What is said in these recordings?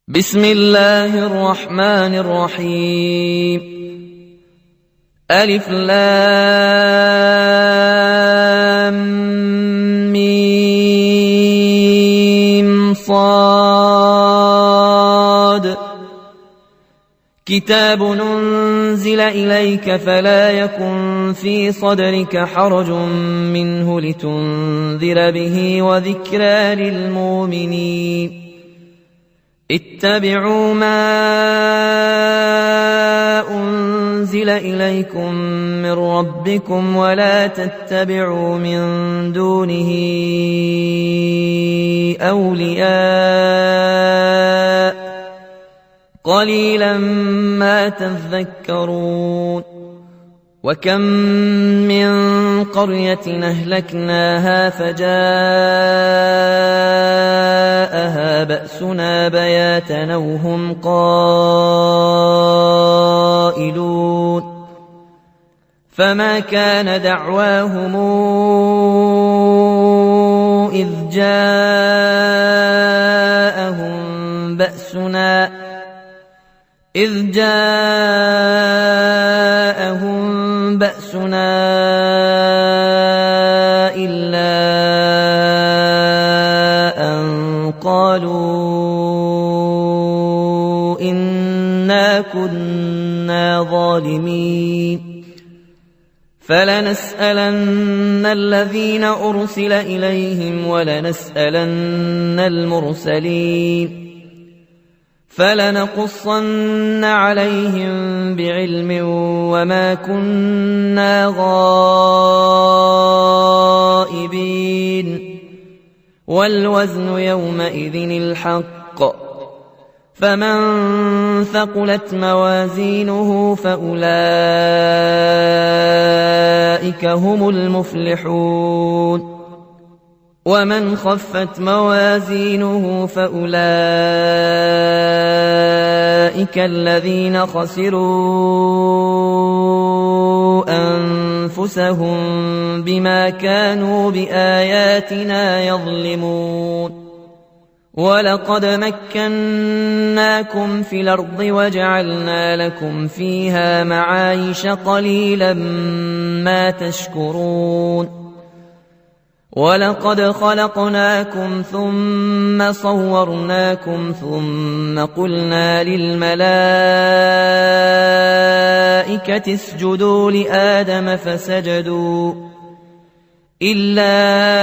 بسم الله الرحمن الرحيم. ألف لام ميم صاد. كتاب أنزل إليك فلا يكن في صدرك حرج منه لتنذر به وذكرى للمؤمنين. اتبعوا ما أنزل إليكم من ربكم ولا تتبعوا من دونه أولياء قليلا ما تذكرون. وكم من قرية أهلكناها فجاءها بأسنا بياتا أو هم قائلون. فما كان دعواهم إذ جاءهم بأسنا إلا أن قالوا إنا كنا ظالمين. فلنسألن الذين أرسل إليهم ولنسألن المرسلين. فلنقصن عليهم بعلم وما كنا غائبين. والوزن يومئذ الحق. فمن ثقلت موازينه فأولئك هم المفلحون. ومن خفت موازينه فأولئك الذين خسروا أنفسهم بما كانوا بآياتنا يظلمون. ولقد مكناكم في الأرض وجعلنا لكم فيها معايش قليلا ما تشكرون. ولقد خلقناكم ثم صورناكم ثم قلنا للملائكة اسجدوا لآدم فسجدوا إلا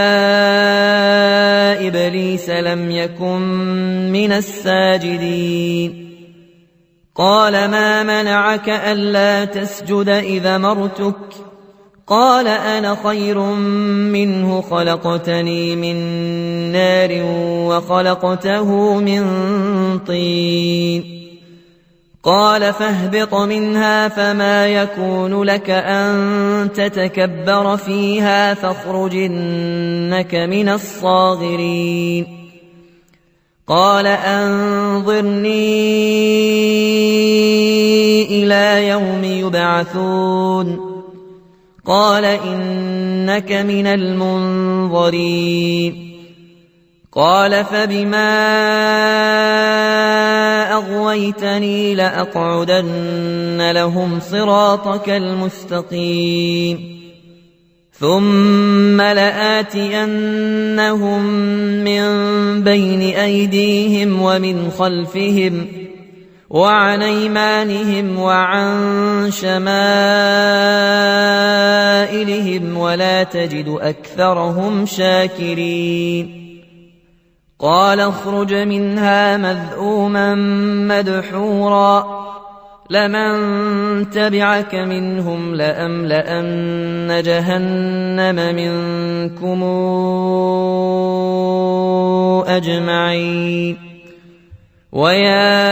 إبليس لم يكن من الساجدين. قال ما منعك ألا تسجد إذا أمرتك؟ قال أنا خير منه خلقتني من نار وخلقته من طين. قال فاهبط منها فما يكون لك أن تتكبر فيها فاخرج إنك من الصاغرين. قال أنظرني إلى يوم يبعثون. قال إنك من المنظرين. قال فبما أغويتني لأقعدن لهم صراطك المستقيم ثم لآتينهم من بين أيديهم ومن خلفهم وعن أيمانهم وعن شمائلهم ولا تجد أكثرهم شاكرين. قال اخرج منها مذءوما مدحورا لمن تبعك منهم لأملأن جهنم منكم أجمعين. ويا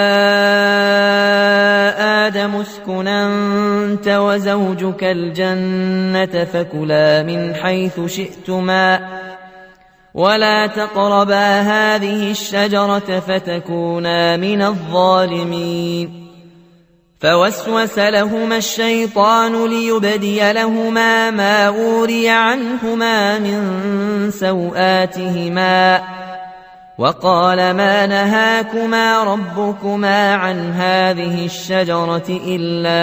آدم اسكن أنت وزوجك الجنة فكلا من حيث شئتما ولا تقربا هذه الشجرة فتكونا من الظالمين. فوسوس لهما الشيطان ليبدي لهما ما أوري عنهما من سوآتهما وقال ما نهاكما ربكما عن هذه الشجرة إلا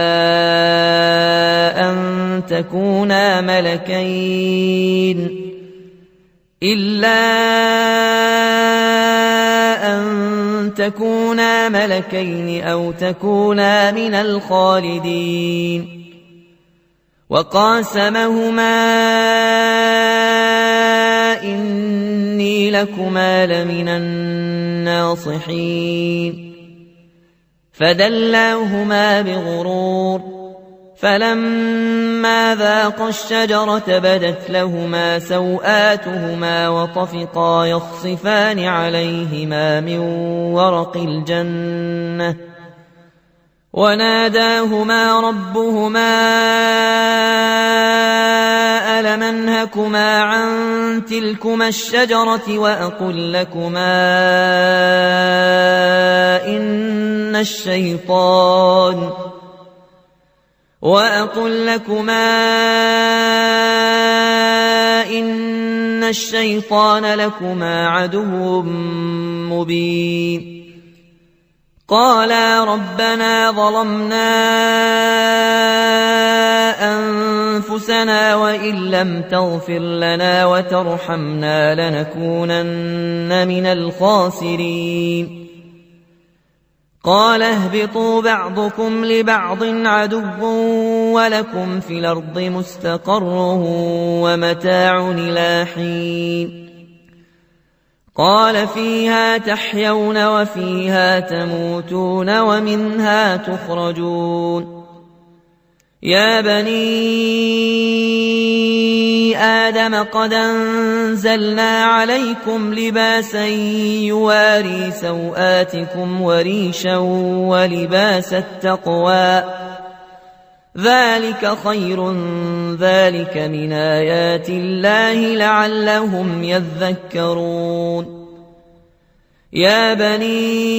أن تكونا ملكين أو تكونا من الخالدين وقاسمهما إني لكما لمن الناصحين فدلاهما بغرور فلما ذاقا الشجرة بدت لهما سوآتهما وطفقا يخصفان عليهما من ورق الجنة وناداهما ربهما ألم أنهكما عن تلكما الشجرة وأقل لكما إن الشيطان لكما عدو مبين قالا ربنا ظلمنا أنفسنا وإن لم تغفر لنا وترحمنا لنكونن من الخاسرين قال اهبطوا بعضكم لبعض عدو ولكم في الأرض مستقر ومتاع إلى حين قال فيها تحيون وفيها تموتون ومنها تخرجون يا بني آدم قد أنزلنا عليكم لباسا يواري سوآتكم وريشا ولباس التقوى ذلك خير ذلك من آيات الله لعلهم يذكرون يا بني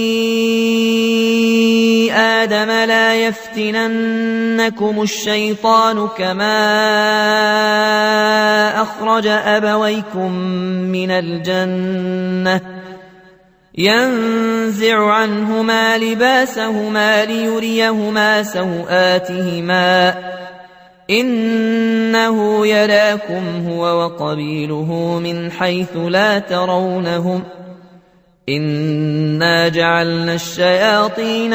آدم لا يفتننكم الشيطان كما أخرج أبويكم من الجنة ينزع عنهما لباسهما ليريهما سوآتهما إنه يراكم هو وقبيله من حيث لا ترونهم إنا جعلنا الشياطين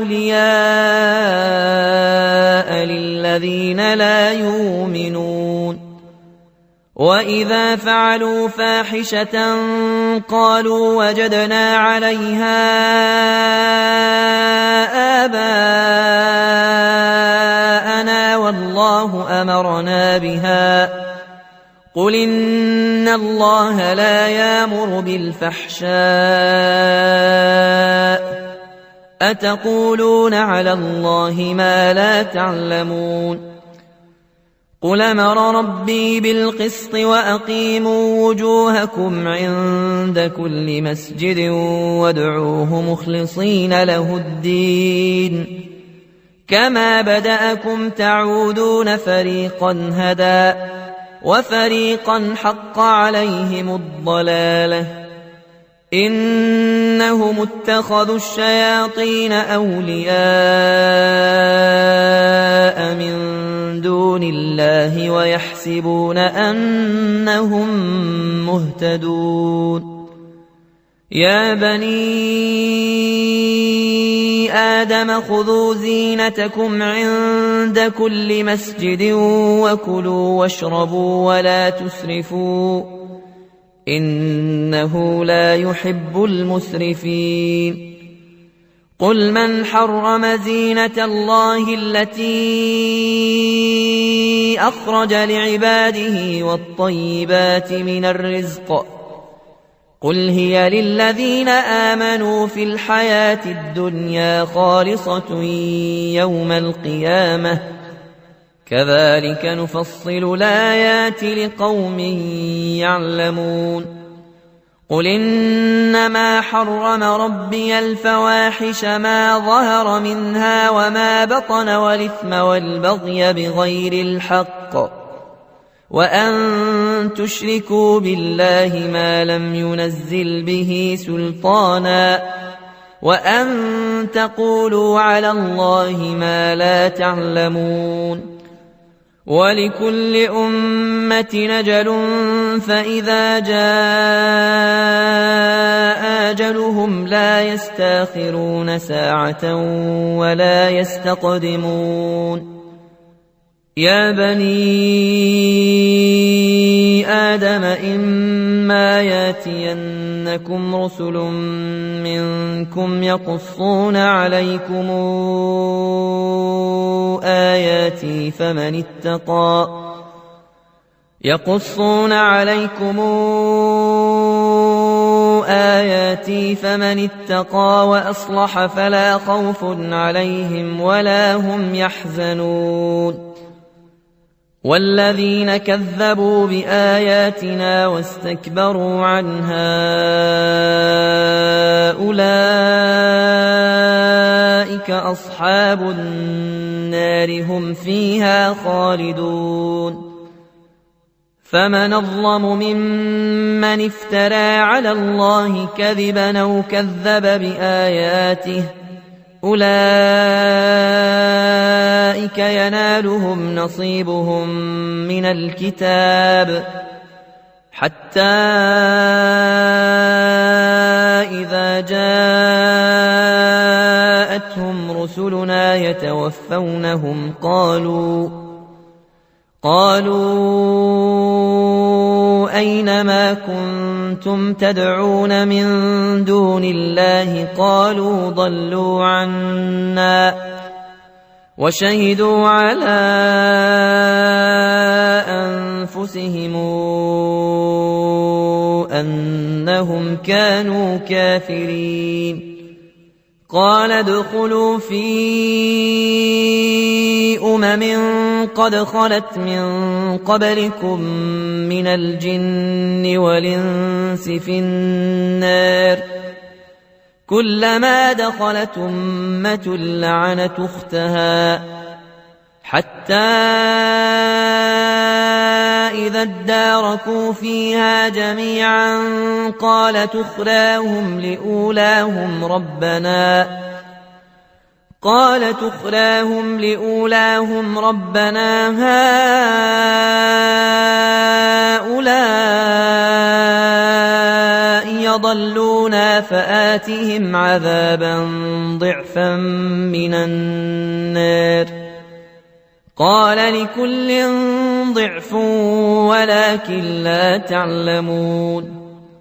أولياء للذين لا يؤمنون وإذا فعلوا فاحشة قالوا وجدنا عليها آباءنا والله أمرنا بها قل إن الله لا يأمر بالفحشاء أتقولون على الله ما لا تعلمون قل أمر ربي بالقسط وأقيموا وجوهكم عند كل مسجد وادعوه مخلصين له الدين كما بدأكم تعودون فريقا هدى وفريقا حق عليهم الضلالة إنهم اتخذوا الشياطين أولياء من دون الله ويحسبون أنهم مهتدون يا بني آدم خذوا زينتكم عند كل مسجد وكلوا واشربوا ولا تسرفوا إنه لا يحب المسرفين قل من حرم زينة الله التي أخرج لعباده والطيبات من الرزق قل هي للذين آمنوا في الحياة الدنيا خالصة يوم القيامة كذلك نفصل الآيات لقوم يعلمون قل إنما حرم ربي الفواحش ما ظهر منها وما بطن والإثم والبغي بغير الحق وأن تشركوا بالله ما لم ينزل به سلطانا وأن تقولوا على الله ما لا تعلمون ولكل أمة أجل فإذا جاء أجلهم لا يستأخرون ساعة ولا يستقدمون يا بني آدم إما ياتينكم رسل منكم يقصون عليكم آياتي فمن اتقى وأصلح فلا خوف عليهم ولا هم يحزنون والذين كذبوا بآياتنا واستكبروا عنها أولئك أصحاب النار هم فيها خالدون فمن أظلم ممن افترى على الله كذبا أو كذب بآياته أولئك ينالهم نصيبهم من الكتاب حتى إذا جاءتهم رسلنا يتوفونهم قالوا أين ما كنتم تدعون من دون الله قالوا ضلوا عنا وشهدوا على أنفسهم أنهم كانوا كافرين قال ادخلوا في قد خلت من قبلكم من الجن والإنس في النار كلما دخلت أمة لعنت أختها حتى إذا اداركوا فيها جميعا قالت أخراهم لأولاهم ربنا هؤلاء يضلونا فآتهم عذابا ضعفا من النار قال لكل ضعف ولكن لا تعلمون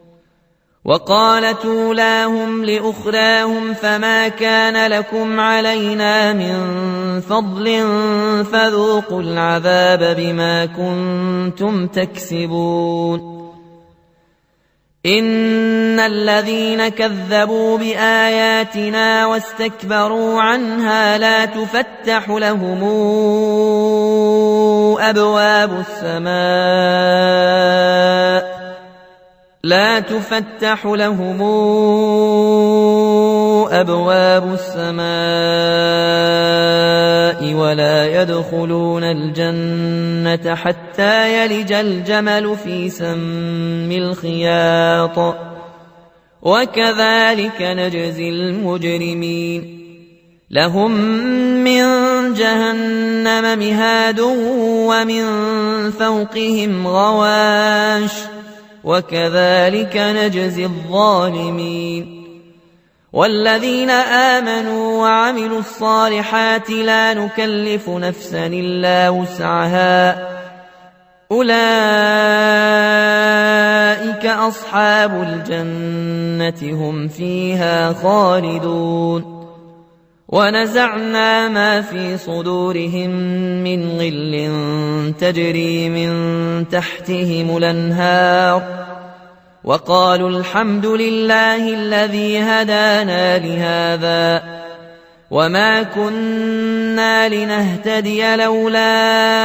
وقالت أولاهم لأخراهم فما كان لكم علينا من فضل فذوقوا العذاب بما كنتم تكسبون إن الذين كذبوا بآياتنا واستكبروا عنها لا تفتح لهم أبواب السماء ولا يدخلون الجنة حتى يلج الجمل في سم الخياط وكذلك نجزي المجرمين لهم من جهنم مهاد ومن فوقهم غواش وكذلك نجزي الظالمين والذين آمنوا وعملوا الصالحات لا نكلف نفسا إلا وسعها أولئك أصحاب الجنة هم فيها خالدون ونزعنا ما في صدورهم من غل تجري من تحتهم الأنهار وقالوا الحمد لله الذي هدانا لهذا وما كنا لنهتدي لولا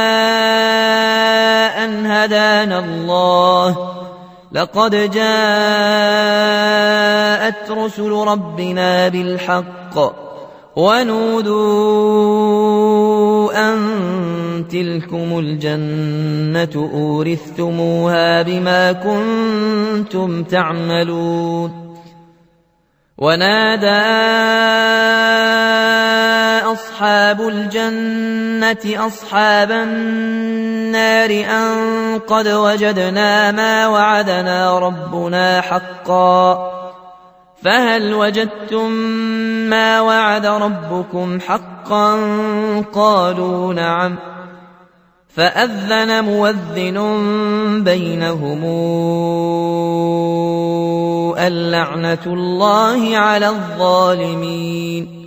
أن هدانا الله لقد جاءت رسل ربنا بالحق ونودوا أن تلكم الجنة أورثتموها بما كنتم تعملون ونادى أصحاب الجنة أصحاب النار أن قد وجدنا ما وعدنا ربنا حقا فهل وجدتم ما وعد ربكم حقا قالوا نعم فأذن مؤذن بينهم اللعنة الله على الظالمين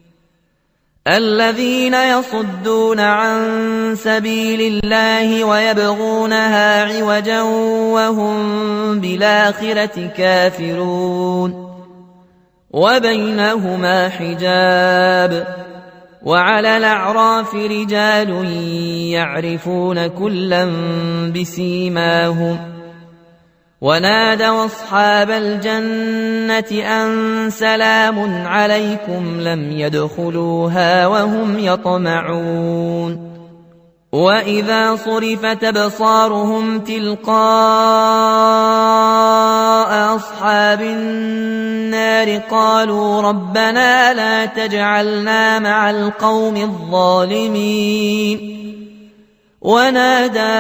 الذين يصدون عن سبيل الله ويبغونها عوجا وهم بالآخرة كافرون وبينهما حجاب وعلى الأعراف رجال يعرفون كلا بسيماهم ونادوا أصحاب الجنة أن سلام عليكم لم يدخلوها وهم يطمعون وإذا صرفت أبصارهم تلقاء أصحاب النار قالوا ربنا لا تجعلنا مع القوم الظالمين ونادى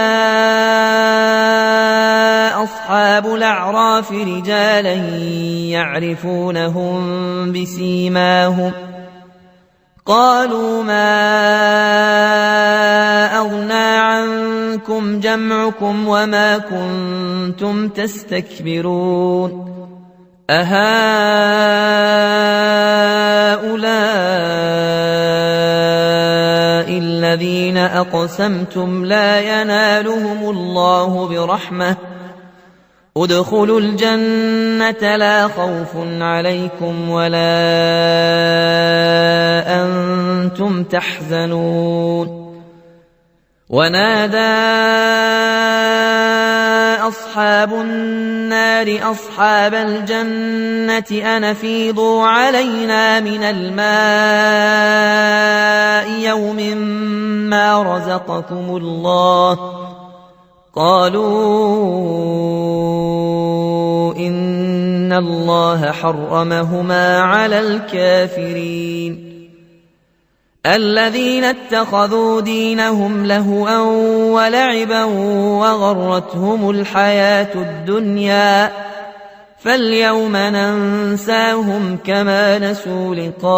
أصحاب الأعراف رجالا يعرفونهم بسيماهم قالوا ما أغنى عنكم جمعكم وما كنتم تستكبرون أهؤلاء الذين أقسمتم لا ينالهم الله برحمة ادخلوا الجنة لا خوف عليكم ولا أنتم تحزنون ونادى أصحاب النار أصحاب الجنة أن أفيضوا علينا من الماء يوم ما رزقكم الله قالوا إن الله حرمهما على الكافرين الذين اتخذوا دينهم لهوا ولعبا وغرتهم الحياة الدنيا فاليوم ننساهم كما نسوا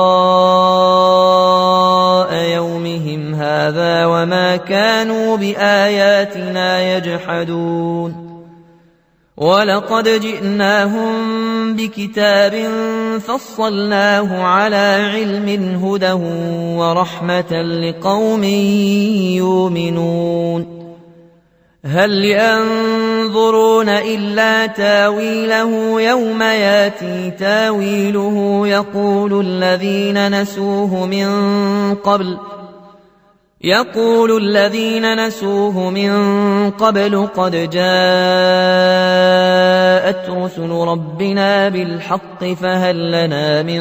لقاء يومهم هذا وما كانوا بآياتنا يجحدون ولقد جئناهم بكتاب فصلناه على علم هدى ورحمة لقوم يؤمنون هل ينظرون إلا تاويله يوم ياتي تاويله يقول الذين نسوه من قبل قد جاءت رسل ربنا بالحق فهل لنا من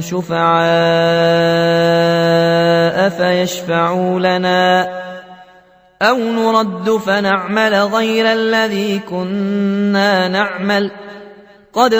شفعاء فيشفعوا لنا أو نرد فنعمل غير الذي كنا نعمل قد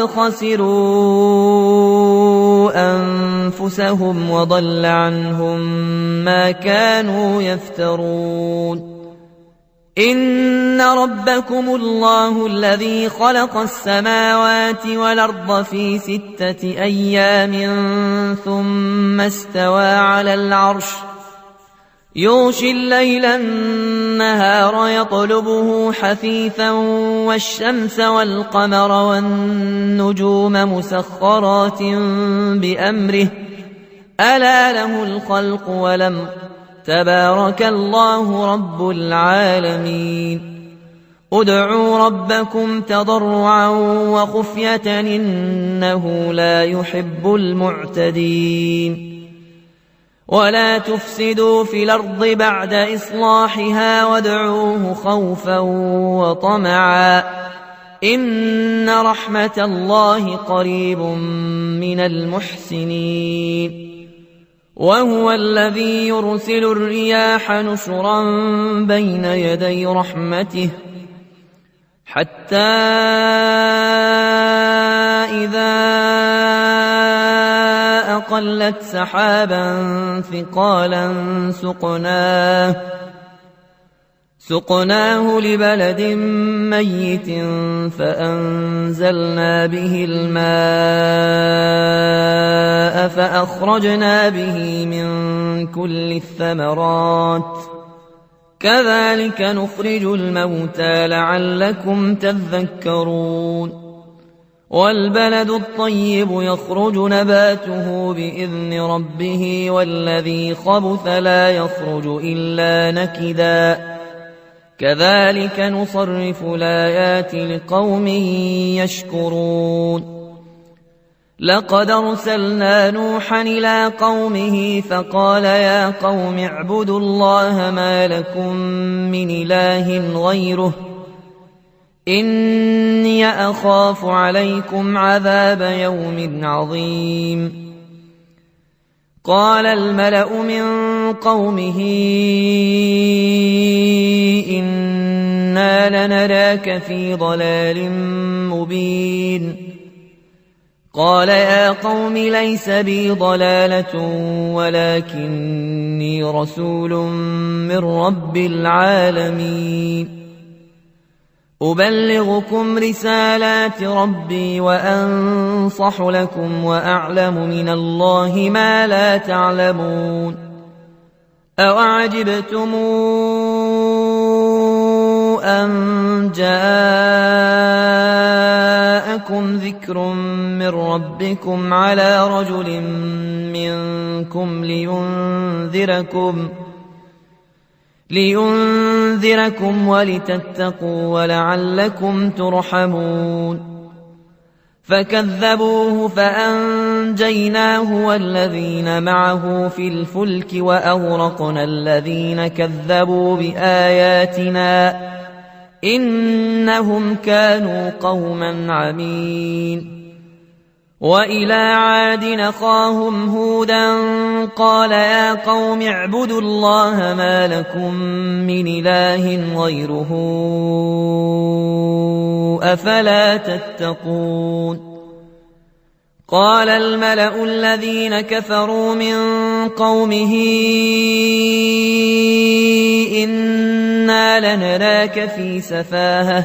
خسروا أنفسهم وضل عنهم ما كانوا يفترون إن ربكم الله الذي خلق السماوات والأرض في 6 أيام ثم استوى على العرش يغشي الليل النهار يطلبه حثيثا والشمس والقمر والنجوم مسخرات بأمره ألا له الخلق والأمر تبارك الله رب العالمين ادعوا ربكم تضرعا وخفية إنه لا يحب المعتدين ولا تفسدوا في الأرض بعد إصلاحها وادعوه خوفا وطمعا إن رحمة الله قريب من المحسنين وهو الذي يرسل الرياح نشرا بين يدي رحمته حتى إذا أقلت سحابا ثقالا سقناه لبلد ميت فأنزلنا به الماء فأخرجنا به من كل الثمرات كذلك نخرج الموتى لعلكم تذكرون والبلد الطيب يخرج نباته بإذن ربه والذي خبث لا يخرج إلا نكدا كذلك نصرف الآيات لقوم يشكرون لقد أرسلنا نوحا إلى قومه فقال يا قوم اعبدوا الله ما لكم من إله غيره إني أخاف عليكم عذاب يوم عظيم قال الملأ من قومه إنا لنراك في ضلال مبين قال يا قوم ليس بي ضلالة ولكني رسول من رب العالمين أبلغكم رسالات ربي وأنصح لكم وأعلم من الله ما لا تعلمون أوعجبتم أن جاءكم ذكر من ربكم على رجل منكم لينذركم ولتتقوا ولعلكم ترحمون فكذبوه فأنجيناه والذين معه في الفلك وأغرقنا الذين كذبوا بآياتنا إنهم كانوا قوما عمين وإلى عاد أخاهم هودا قال يا قوم اعبدوا الله ما لكم من إله غيره أفلا تتقون قال الملأ الذين كفروا من قومه إنا لنراك في سفاهة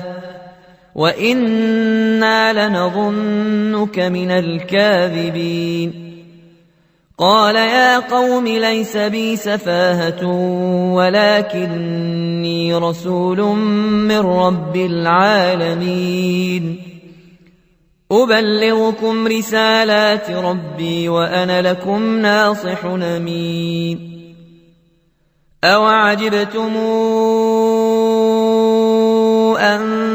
وإنا لنظنك من الكاذبين قال يا قوم ليس بي سفاهة ولكني رسول من رب العالمين أبلغكم رسالات ربي وأنا لكم ناصح أمين أوعجبتم أن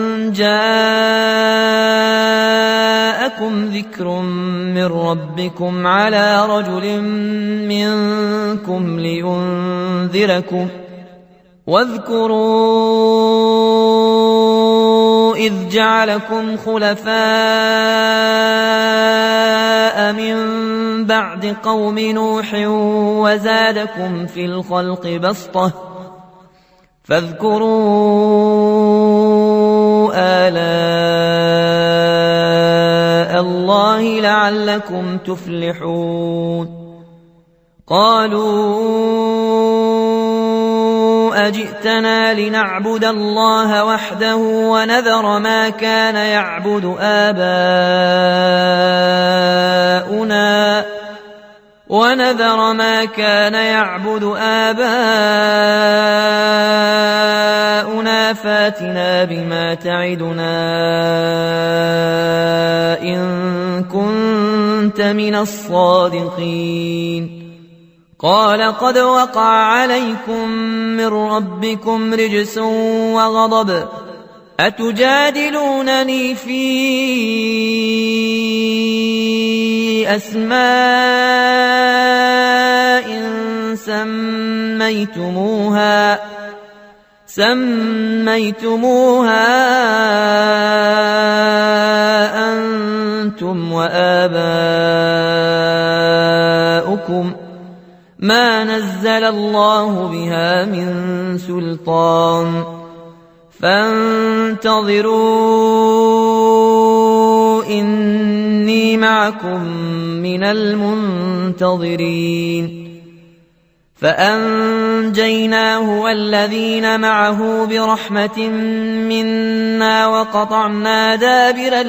جاءكم ذكر من ربكم على رجل منكم لينذركم واذكروا إذ جعلكم خلفاء من بعد قوم نوح وزادكم في الخلق بسطة فاذكروا آلاء الله لعلكم تفلحون قالوا أجئتنا لنعبد الله وحده ونذر ما كان يعبد آباؤنا فاتنا بما تعدنا إن كنت من الصادقين قال قد وقع عليكم من ربكم رجس وغضب أتجادلونني في أسماء سميتموها أنتم وآباؤكم ما نزل الله بها من سلطان فانتظروا إني معكم من المنتظرين فأنجيناه والذين معه برحمة منا وقطعنا دابر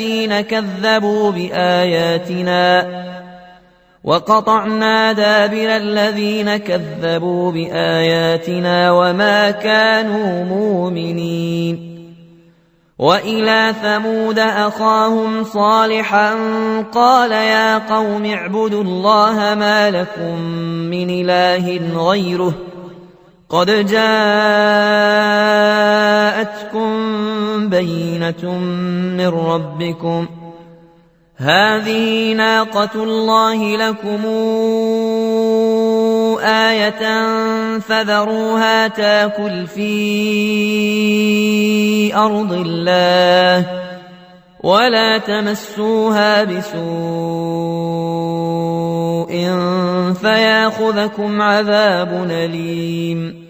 الذين كذبوا بآياتنا وما كانوا مؤمنين وإلى ثمود أخاهم صالحا قال يا قوم اعبدوا الله ما لكم من إله غيره قد جاءتكم بينة من ربكم هذه ناقة الله لكم آية فذروها تاكل في أرض الله ولا تمسوها بسوء فياخذكم عذاب أليم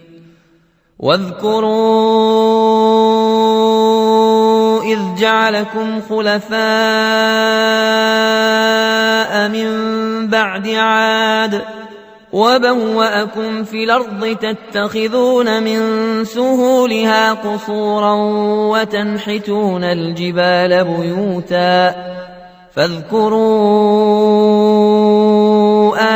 واذكروا إذ جعلكم خلفاء من بعد عاد وبوأكم في الأرض تتخذون من سهولها قصورا وتنحتون الجبال بيوتا فاذكروا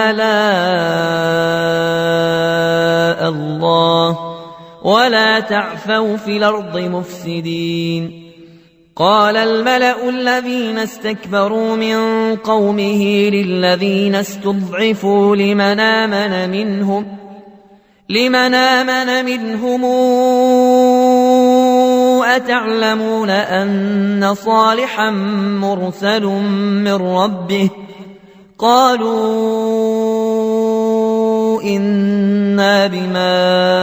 آلاء الله ولا تعثوا في الأرض مفسدين قال الملأ الذين استكبروا من قومه للذين استضعفوا لمن آمن منهم أتعلمون أن صالحا مرسل من ربه قالوا إنا بما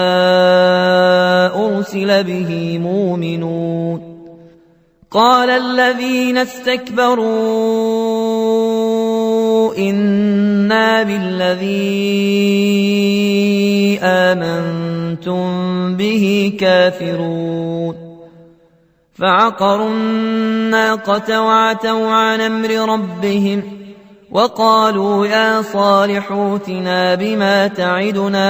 أرسل به مؤمنون قال الذين استكبروا إنا بالذي آمنتم به كافرون فعقروا الناقة وعتوا عن أمر ربهم وقالوا يا صالح ائتنا بما تعدنا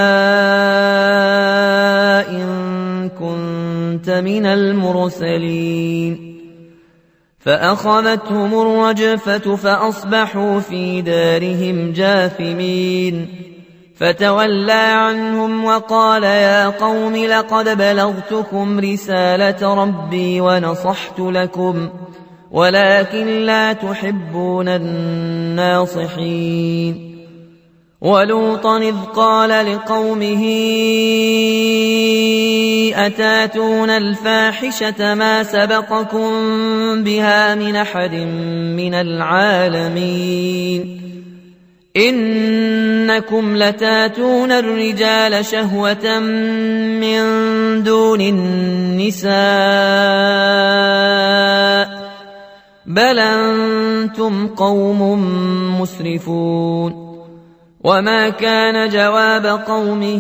إن كنت من المرسلين فأخذتهم الرجفة فأصبحوا في دارهم جاثمين فتولى عنهم وقال يا قوم لقد بلغتكم رسالة ربي ونصحت لكم ولكن لا تحبون الناصحين ولوطا إذ قال لقومه أتاتون الفاحشة ما سبقكم بها من أحد من العالمين إنكم لتاتون الرجال شهوة من دون النساء بل أنتم قوم مسرفون وما كان جواب قومه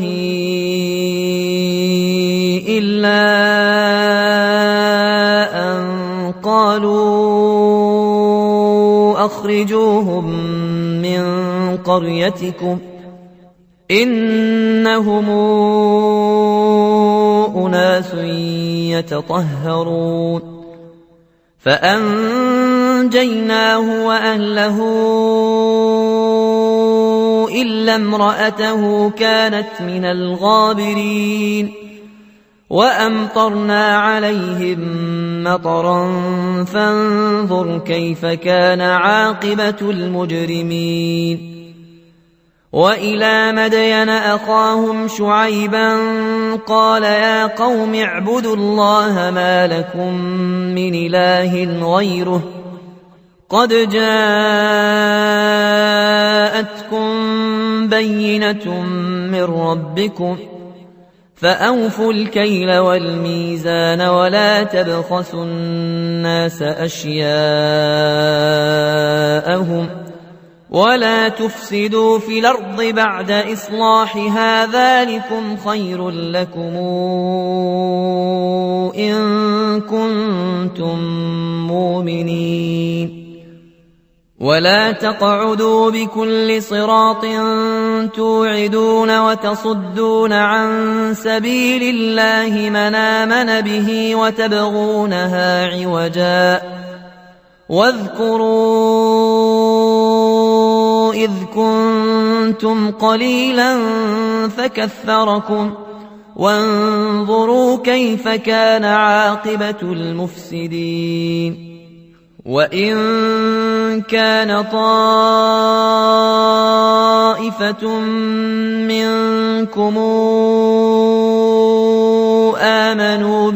إلا أن قالوا أخرجوهم من قريتكم إنهم أناس يتطهرون فأنجيناه وأهله إلا امرأته كانت من الغابرين وأمطرنا عليهم مطرا فانظر كيف كان عاقبة المجرمين وإلى مدين أخاهم شعيبا قال يا قوم اعبدوا الله ما لكم من إله غيره قد جاءتكم بينة من ربكم فأوفوا الكيل والميزان ولا تبخسوا الناس أشياءهم ولا تفسدوا في الأرض بعد إصلاحها ذلكم خير لكم إن كنتم مؤمنين ولا تقعدوا بكل صراط توعدون وتصدون عن سبيل الله من آمن به وتبغونها عوجا واذكروا إذ كنتم قليلا فكثركم وانظروا كيف كان عاقبة المفسدين وإن كان طائفة منكم آمنوا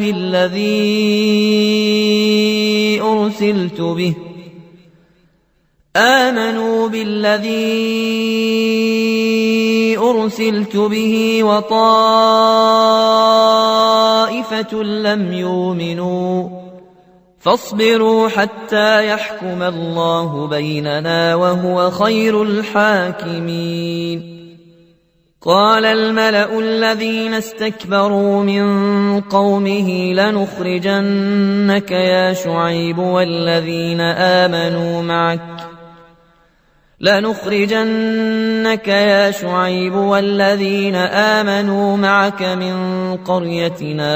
بالذي أرسلت به وطائفة لم يؤمنوا فاصبروا حتى يحكم الله بيننا وهو خير الحاكمين قال الملأ الذين استكبروا من قومه لنخرجنك يا شعيب والذين آمنوا معك من قريتنا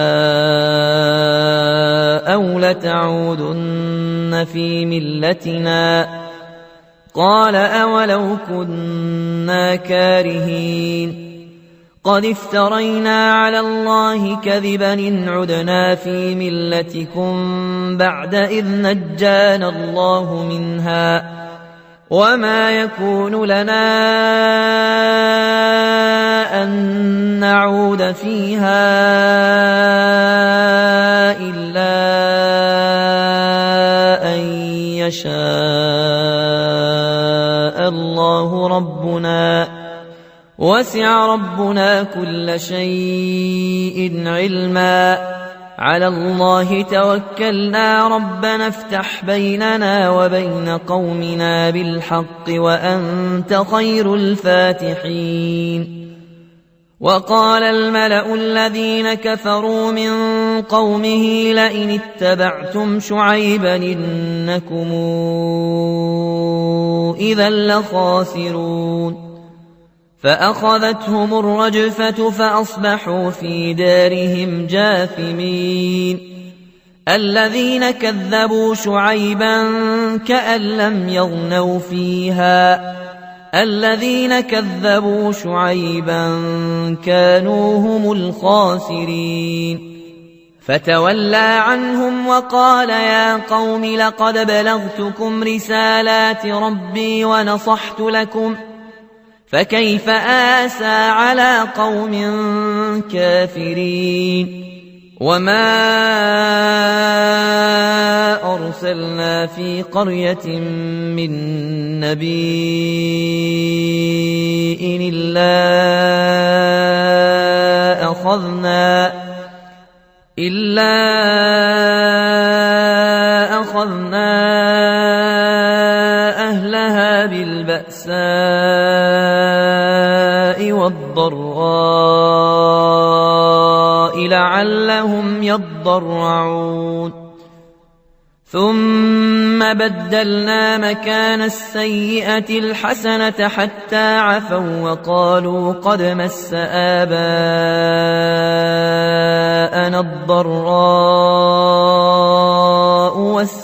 أو لتعودن في ملتنا قال أولو كنا كارهين قد افترينا على الله كذبا إن عدنا في ملتكم بعد إذ نجانا الله منها وما يكون لنا أن نعود فيها إلا أن يشاء الله ربنا وسع ربنا كل شيء علما على الله توكلنا ربنا افتح بيننا وبين قومنا بالحق وأنت خير الفاتحين وقال الملأ الذين كفروا من قومه لئن اتبعتم شعيبا إنكم إذا لخاسرون فأخذتهم الرجفة فأصبحوا في دارهم جاثمين الذين كذبوا شعيبا كأن لم يغنوا فيها الذين كذبوا شعيبا كانوا هم الخاسرين فتولى عنهم وقال يا قوم لقد بلغتكم رسالات ربي ونصحت لكم فكيف آسى على قوم كافرين وما أرسلنا في قرية من نبي إلا أخذنا أهلها بالبأساء والضراء لعلهم يضرعون ثم بدلنا مكان السيئة الحسنة حتى عفوا وقالوا قد مس آباءنا الضراء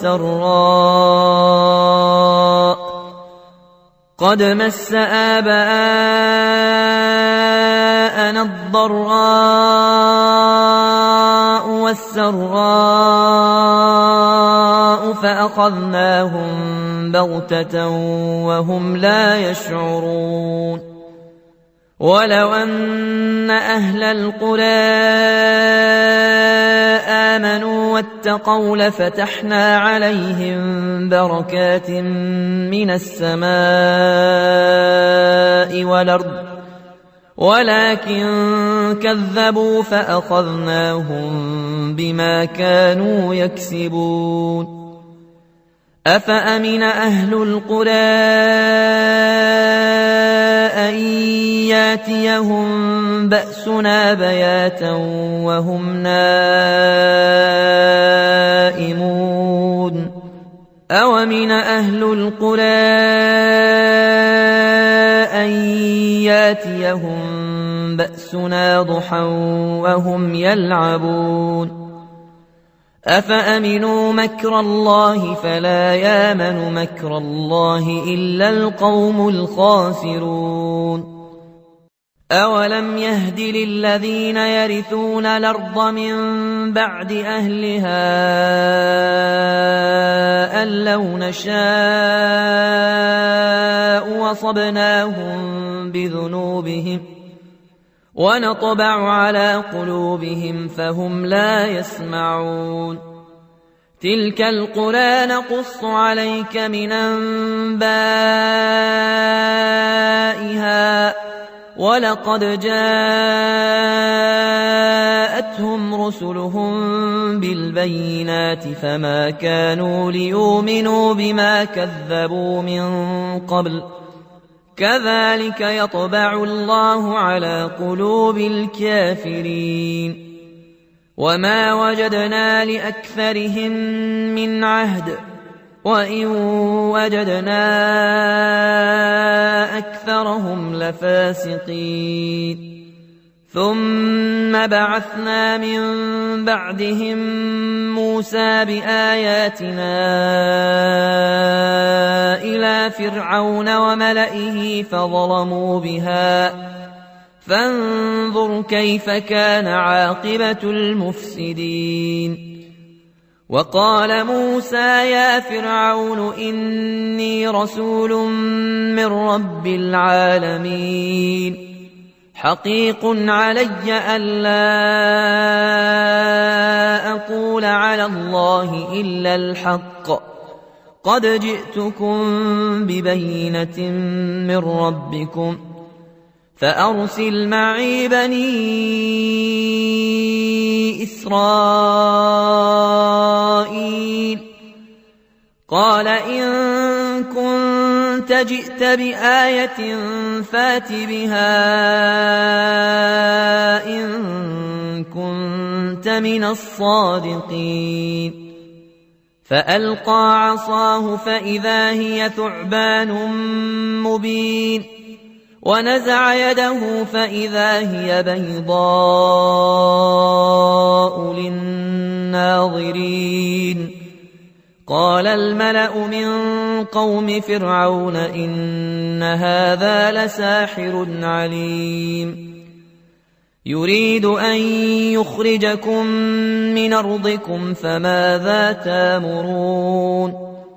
والسراء فأخذناهم بغتة وهم لا يشعرون ولو أن أهل القرى آمنوا واتقوا لفتحنا عليهم بركات من السماء والأرض ولكن كذبوا فأخذناهم بما كانوا يكسبون أفأمن أهل القرى أن ياتيهم بأسنا بياتا وهم نائمون أومن أهل القرى أن ياتيهم بأسنا ضحى وهم يلعبون أفأمنوا مكر الله فلا يامن مكر الله إلا القوم الخاسرون أولم يهد للذين يرثون الأرض من بعد أهلها أن لو نشاء وصبناهم بذنوبهم ونطبع على قلوبهم فهم لا يسمعون تلك القرى نقص عليك من أنبائها ولقد جاءتهم رسلهم بالبينات فما كانوا ليؤمنوا بما كذبوا من قبل كذلك يطبع الله على قلوب الكافرين وما وجدنا لأكثرهم من عهد وإن وجدنا أكثرهم لفاسقين ثم بعثنا من بعدهم موسى بآياتنا إلى فرعون وملئه فظلموا بها فانظر كيف كان عاقبة المفسدين وقال موسى يا فرعون إني رسول من رب العالمين حقيق علي ألا أقول على الله إلا الحق قد جئتكم ببينة من ربكم فأرسل معي بني إسرائيل قال إن كنت جئت بآية فات بها إن كنت من الصادقين فألقى عصاه فإذا هي ثعبان مبين ونزع يده فإذا هي بيضاء للناظرين قال الملأ من قوم فرعون إن هذا لساحر عليم يريد أن يخرجكم من أرضكم فماذا تامرون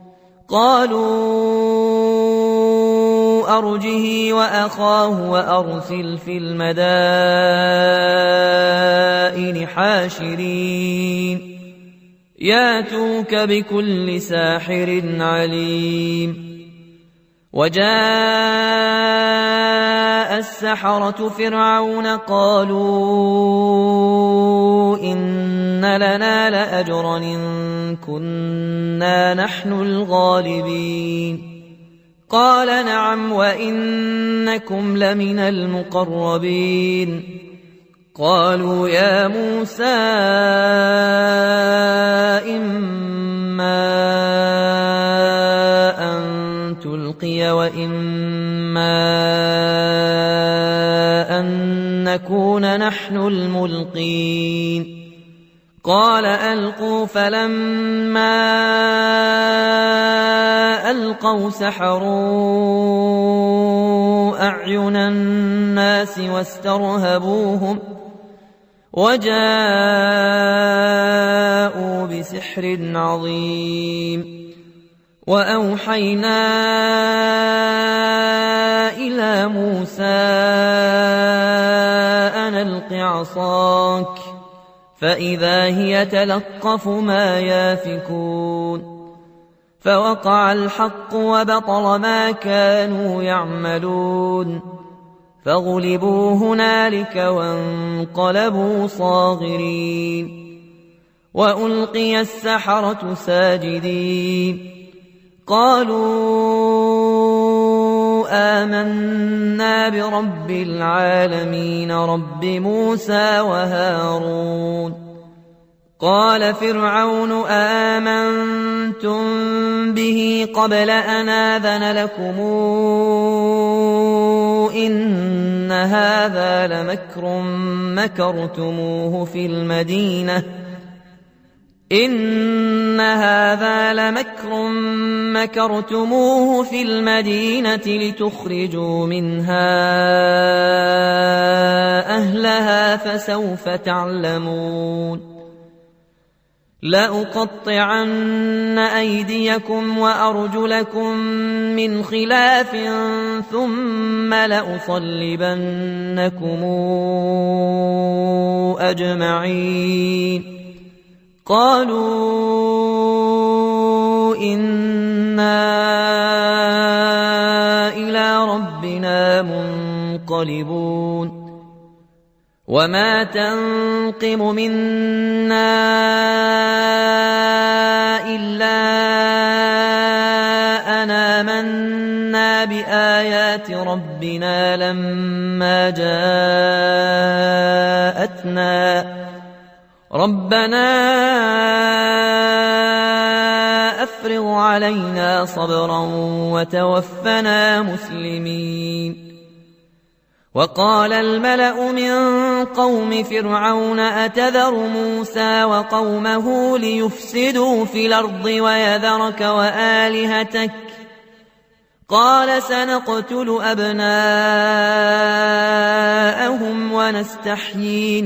قالوا أرجه وأخاه وأرسل في المدائن حاشرين ياتوك بكل ساحر عليم وجاء السحرة فرعون قالوا إن لنا لأجرا إن كنا نحن الغالبين قال نعم وإنكم لمن المقربين قالوا يا موسى إما أن تلقي وإما أن نكون نحن الملقين قال ألقوا فلما ألقوا سحروا أعين الناس واسترهبوهم وجاءوا بسحر عظيم وأوحينا إلى موسى أن ألق عصاك فإذا هي تلقف ما يافكون فوقع الحق وبطل ما كانوا يعملون فغلبوا هنالك وانقلبوا صاغرين وألقي السحرة ساجدين قالوا آمنا برب العالمين رب موسى وهارون. قال فرعون آمنتم به قبل أن آذن لكم إن هذا لمكر مكرتموه في المدينة لتخرجوا منها أهلها فسوف تعلمون. لأقطعن أيديكم وأرجلكم من خلاف ثم لأصلبنكم أجمعين. قالوا إنا إلى ربنا منقلبون. وما تنقم منا إلا أن آمنا بآيات ربنا لما جاءتنا ربنا أفرغ علينا صبرا وتوفنا مسلمين. وقال الملأ من قوم فرعون أتذر موسى وقومه ليفسدوا في الأرض ويذرك وآلهتك قال سنقتل أبناءهم ونستحيي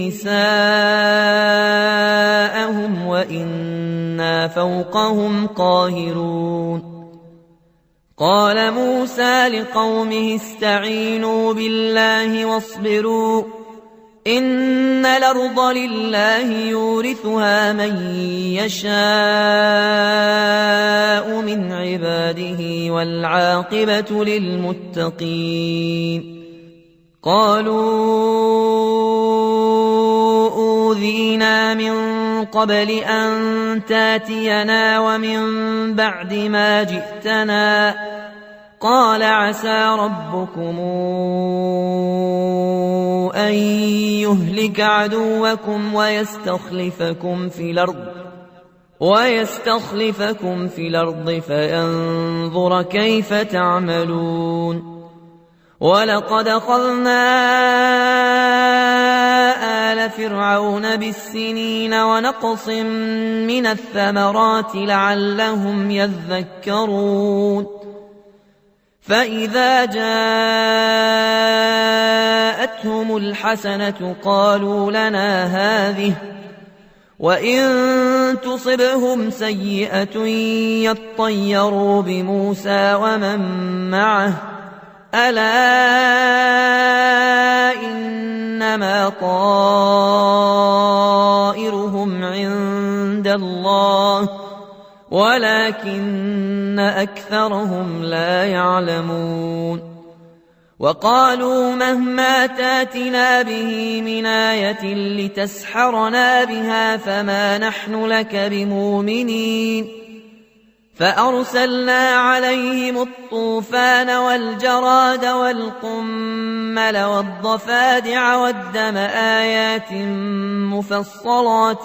نساءهم وإنا فوقهم قاهرون. قال موسى لقومه استعينوا بالله واصبروا إن الأرض لله يورثها من يشاء من عباده والعاقبة للمتقين. قالوا أوذينا من قبل أن تاتينا ومن بعد ما جئتنا قال عسى ربكم أن يهلك عدوكم ويستخلفكم في الأرض فينظر كيف تعملون. ولقد أخذنا آل فرعون بالسنين ونقص من الثمرات لعلهم يذكرون. فإذا جاءتهم الحسنة قالوا لنا هذه وإن تصبهم سيئة يطيروا بموسى ومن معه ألا إنما طائرهم عند الله ولكن أكثرهم لا يعلمون. وقالوا مهما تاتنا به من آية لتسحرنا بها فما نحن لك بمؤمنين. فأرسلنا عليهم الطوفان والجراد والقمل والضفادع والدم آيات مفصلات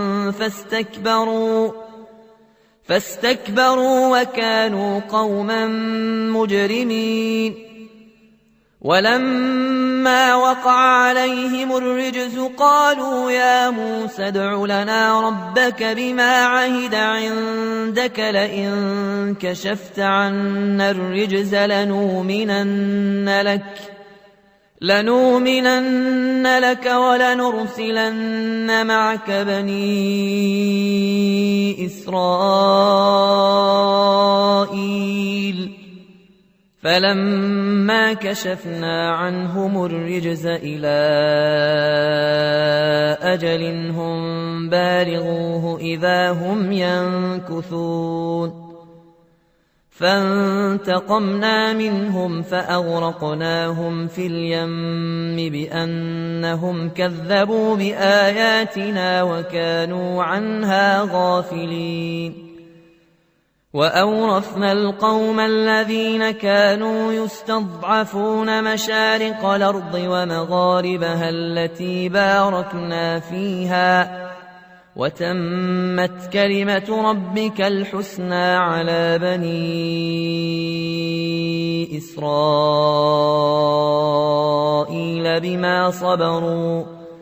فاستكبروا وكانوا قوما مجرمين. ولما وقع عليهم الرجز قالوا يا موسى ادع لنا ربك بما عهد عندك لئن كشفت عنا الرجز لنؤمنن لك ولنرسلن معك بني إسرائيل. فلما كشفنا عنهم الرجز إلى أجل هم بالغوه إذا هم ينكثون. فانتقمنا منهم فأغرقناهم في اليم بأنهم كذبوا بآياتنا وكانوا عنها غافلين. وأورثنا القوم الذين كانوا يستضعفون مشارق الأرض ومغاربها التي باركنا فيها وتمت كلمة ربك الحسنى على بني إسرائيل بما صبروا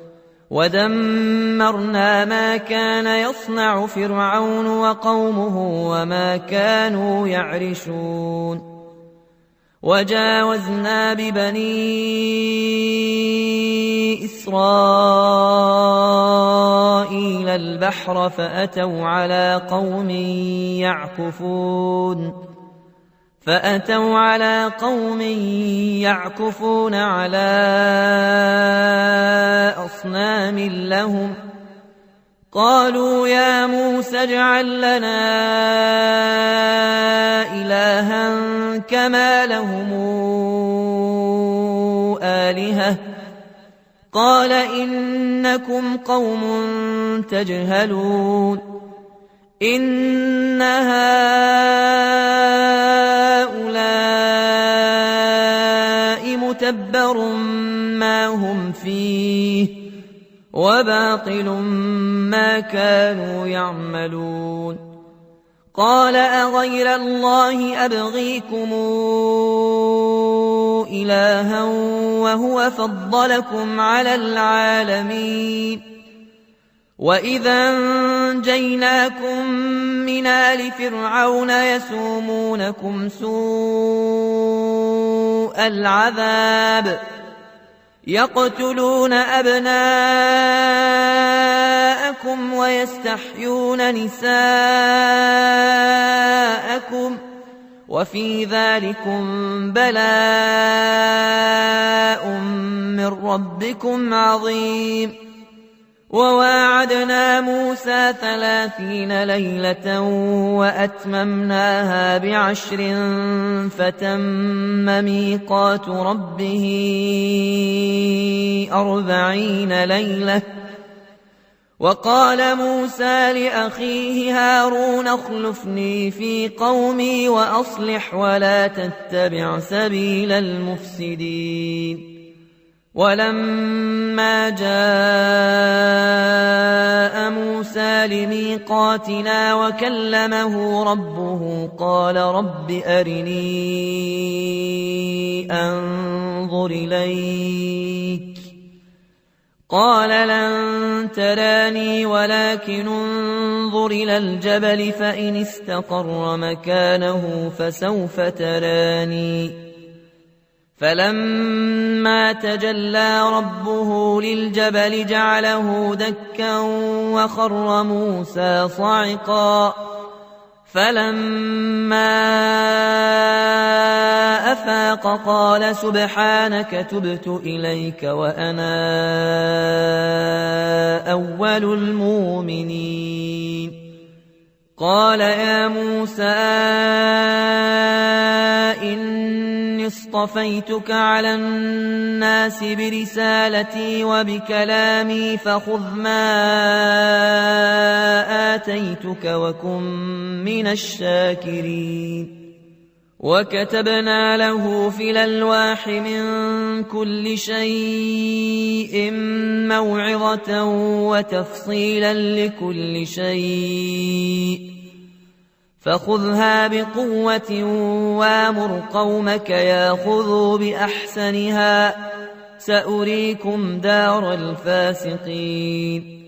ودمرنا ما كان يصنع فرعون وقومه وما كانوا يعرشون وجاوزنا ببني إسرائيل البحر فأتوا على قوم يعكفون على أصنام لهم قالوا يا موسى اجعل لنا إلها كما لهم آلهة قال إنكم قوم تجهلون إن هؤلاء متبر ما هم فيه وباطل ما كانوا يعملون قال أغير الله أبغيكم إلها وهو فضلكم على العالمين وإذا أنجيناكم من آل فرعون يسومونكم سوء العذاب يقتلون أبناءكم ويستحيون نساءكم وفي ذلكم بلاء من ربكم عظيم وواعدنا موسى 30 ليلة وأتممناها ب10 فتم ميقات ربه 40 ليلة وقال موسى لأخيه هارون اخلفني في قومي وأصلح ولا تتبع سبيل المفسدين ولما جاء موسى لميقاتنا وكلمه ربه قال رب أرني أنظر إليك قال لن تراني ولكن انظر إلى الجبل فإن استقر مكانه فسوف تراني فلما تجلى ربه للجبل جعله دكا وخر موسى صعقا فلما أفاق قال سبحانك تبت إليك وأنا أول المؤمنين قال يا موسى إني اصطفيتك على الناس برسالتي وبكلامي فخذ ما آتيتك وكن من الشاكرين وكتبنا له في الألواح من كل شيء موعظة وتفصيلا لكل شيء فخذها بقوة وامر قومك ياخذوا بأحسنها سأريكم دار الفاسقين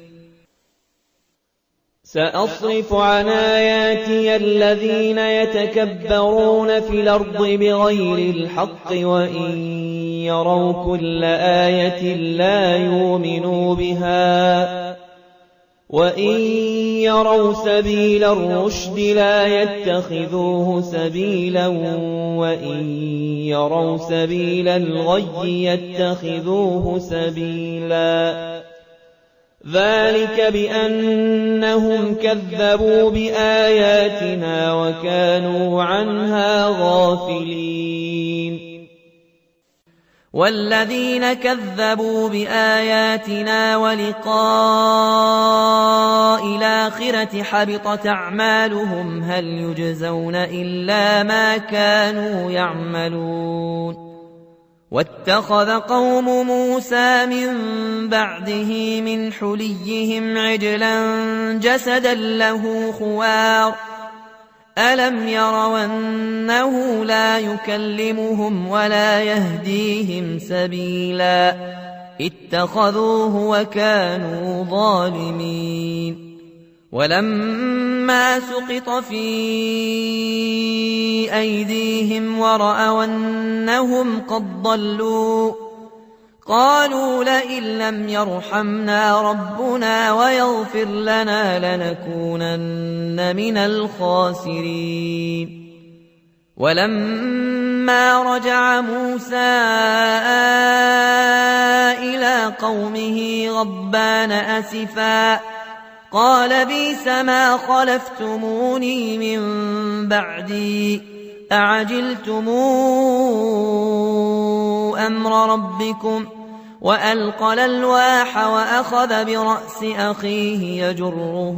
سأصرف عن آياتي الذين يتكبرون في الأرض بغير الحق وإن يروا كل آية لا يؤمنوا بها وإن يروا سبيل الرشد لا يتخذوه سبيلا وإن يروا سبيل الغي يتخذوه سبيلا ذلك بأنهم كذبوا بآياتنا وكانوا عنها غافلين والذين كذبوا بآياتنا ولقاء الآخرة حبطت أعمالهم هل يجزون إلا ما كانوا يعملون واتخذ قوم موسى من بعده من حليهم عجلا جسدا له خوار ألم يروا أنه لا يكلمهم ولا يهديهم سبيلا اتخذوه وكانوا ظالمين ولما سقط في أيديهم ورأوا أنهم قد ضلوا قالوا لئن لم يرحمنا ربنا ويغفر لنا لنكونن من الخاسرين ولما رجع موسى إلى قومه غضبان أسفا قال بئس ما خلفتموني من بعدي أعجلتم أمر ربكم وألقى الألواح وأخذ برأس أخيه يجره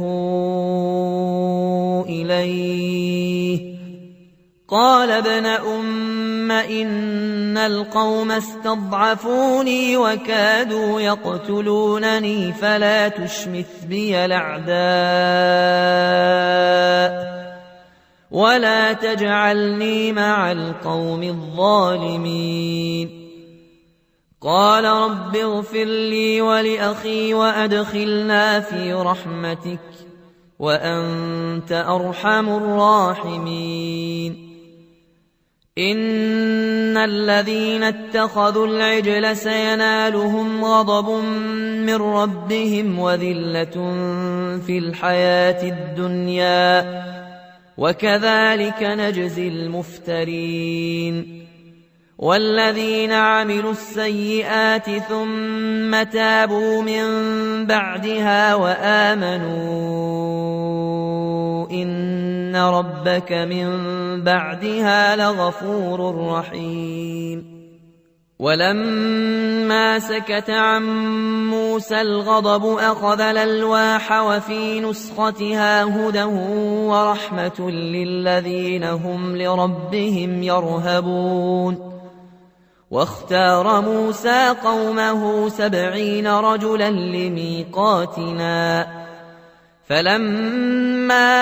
إليه قال ابن أم إن القوم استضعفوني وكادوا يقتلونني فلا تشمث بي الأعداء ولا تجعلني مع القوم الظالمين قال رب اغفر لي ولأخي وأدخلنا في رحمتك وأنت أرحم الراحمين إن الذين اتخذوا العجل سينالهم غضب من ربهم وذلة في الحياة الدنيا وكذلك نجزي المفترين والذين عملوا السيئات ثم تابوا من بعدها وآمنوا إن ربك من بعدها لغفور رحيم ولما سكت عن موسى الغضب أخذ الألواح وفي نسختها هدى ورحمة للذين هم لربهم يرهبون واختار موسى قومه 70 رجلا لميقاتنا فلما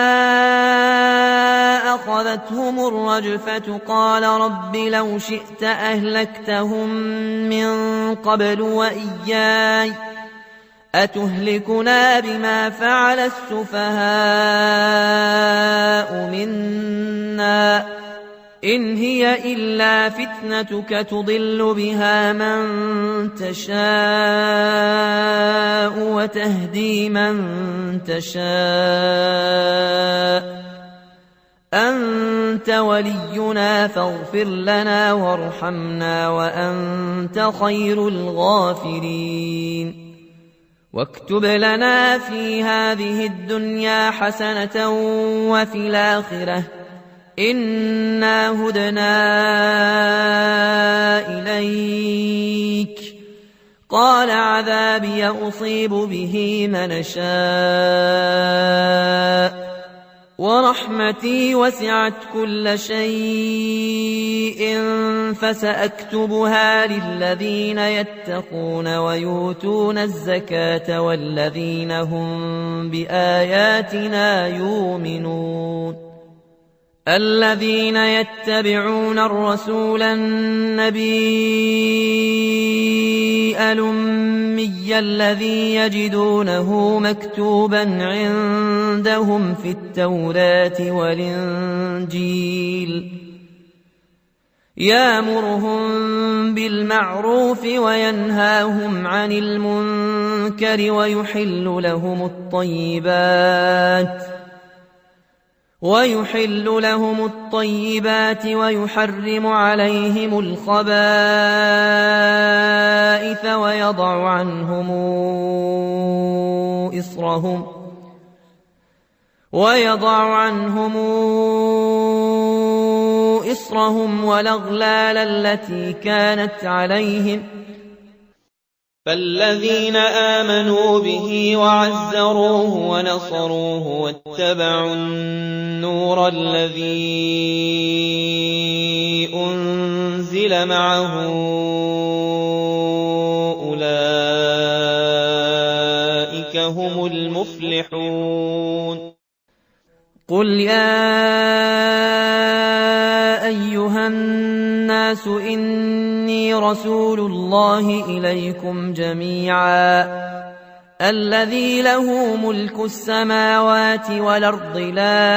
أخذتهم الرجفة قال رب لو شئت أهلكتهم من قبل وإياي أتهلكنا بما فعل السفهاء منا إن هي إلا فتنتك تضل بها من تشاء وتهدي من تشاء أنت ولينا فاغفر لنا وارحمنا وأنت خير الغافرين واكتب لنا في هذه الدنيا حسنة وفي الآخرة إنا هدنا إليك قال عذابي أصيب به من شاء ورحمتي وسعت كل شيء فسأكتبها للذين يتقون ويؤتون الزكاة والذين هم بآياتنا يؤمنون الذين يتبعون الرسول النبي الأمي الذي يجدونه مكتوبا عندهم في التوراة والإنجيل يأمرهم بالمعروف وينهاهم عن المنكر ويحل لهم الطيبات ويحرم عليهم الخبائث ويضع عنهم وحملوا إصرهم والأغلال التي كانت عليهم فالذين آمنوا به وعزروه ونصروه واتبعوا النور الذي أنزل معه أولئك هم المفلحون قل يا أيها الناس إني رسول الله إليكم جميعا الذي له ملك السماوات والأرض لا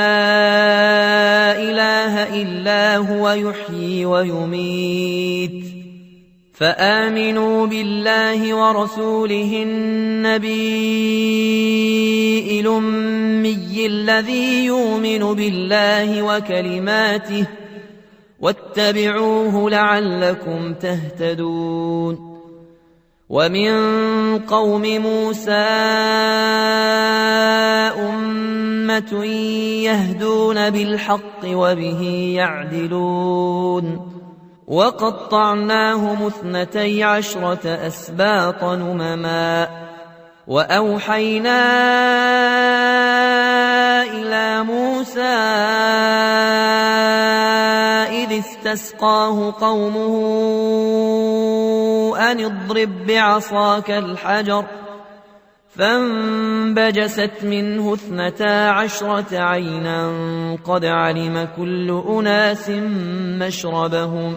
إله إلا هو يحيي ويميت فآمنوا بالله ورسوله النبي الأمي الذي يؤمن بالله وكلماته واتبعوه لعلكم تهتدون ومن قوم موسى أمة يهدون بالحق وبه يعدلون وقطعناهم 12 أسباطا أمما وأوحينا إلى موسى إذ استسقاه قومه أن اضرب بعصاك الحجر فانبجست منه 12 عينا قد علم كل أناس مشربهم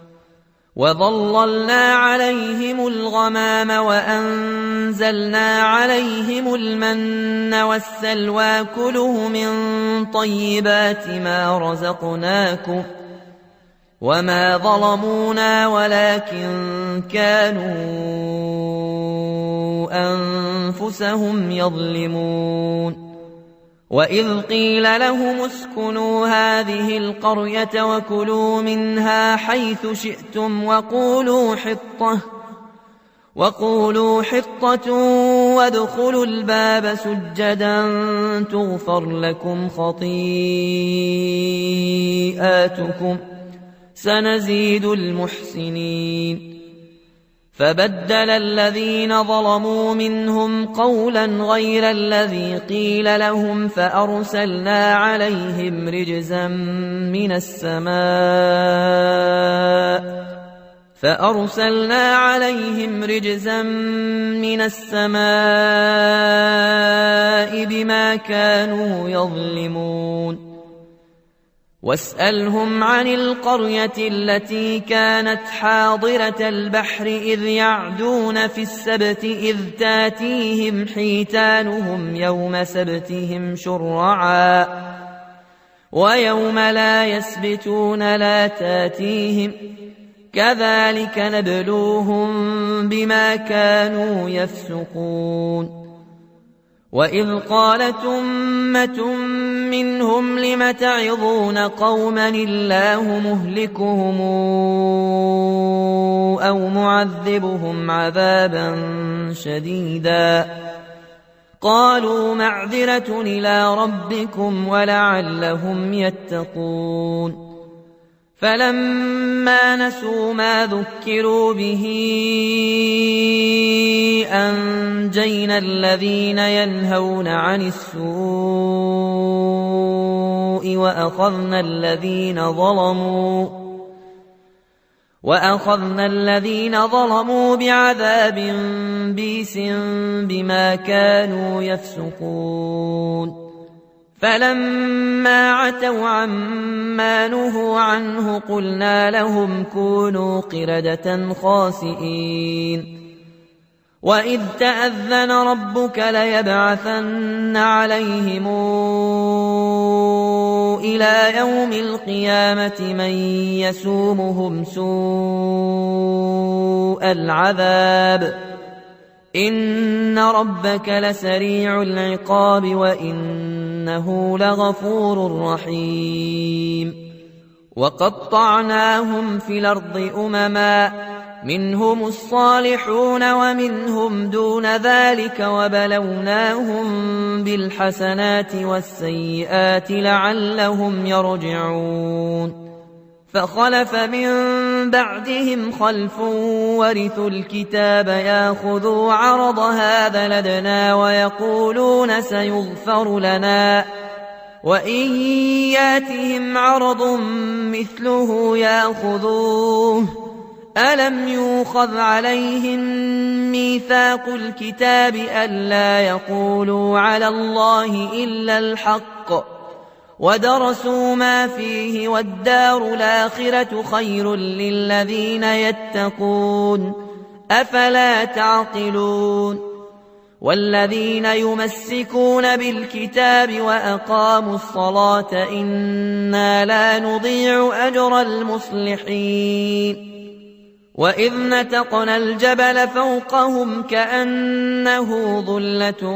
وظللنا عليهم الغمام وأنزلنا عليهم المن والسلوى كلوا من طيبات ما رزقناكم وما ظلمونا ولكن كانوا أنفسهم يظلمون وإذ قيل لهم اسكنوا هذه القرية وكلوا منها حيث شئتم وقولوا حطة وادخلوا الباب سجدا تغفر لكم خطيئاتكم سنزيد المحسنين فبدل الذين ظلموا منهم قولا غير الذي قيل لهم فأرسلنا عليهم رجزا من السماء بما كانوا يظلمون واسألهم عن القرية التي كانت حاضرة البحر إذ يعدون في السبت إذ تاتيهم حيتانهم يوم سبتهم شرعا ويوم لا يسبتون لا تاتيهم كذلك نبلوهم بما كانوا يفسقون وإذ قالت أمة منهم لم تعظون قوما الله مهلكهم أو معذبهم عذابا شديدا قالوا معذرة إلى ربكم ولعلهم يتقون فلما نسوا ما ذكروا به أنجينا الذين ينهون عن السوء وأخذنا الذين ظلموا بعذاب بئس بما كانوا يفسقون فلما عتوا عما نهوا عنه قلنا لهم كونوا قردة خاسئين وإذ تأذن ربك ليبعثن عليهم إلى يوم القيامة من يسومهم سوء العذاب إن ربك لسريع العقاب وإنه لغفور رحيم وقطعناهم في الأرض أمما منهم الصالحون ومنهم دون ذلك وبلوناهم بالحسنات والسيئات لعلهم يرجعون فخلف من بعدهم خلف ورثوا الكتاب ياخذوا عرض هذا لدنا ويقولون سيغفر لنا وإن ياتهم عرض مثله ياخذوه ألم يؤخذ عليهم ميثاق الكتاب ألا يقولوا على الله إلا الحق ودرسوا ما فيه والدار الآخرة خير للذين يتقون أفلا تعقلون والذين يمسكون بالكتاب وأقاموا الصلاة إنا لا نضيع أجر المصلحين وإذ نتقنا الجبل فوقهم كأنه ظلة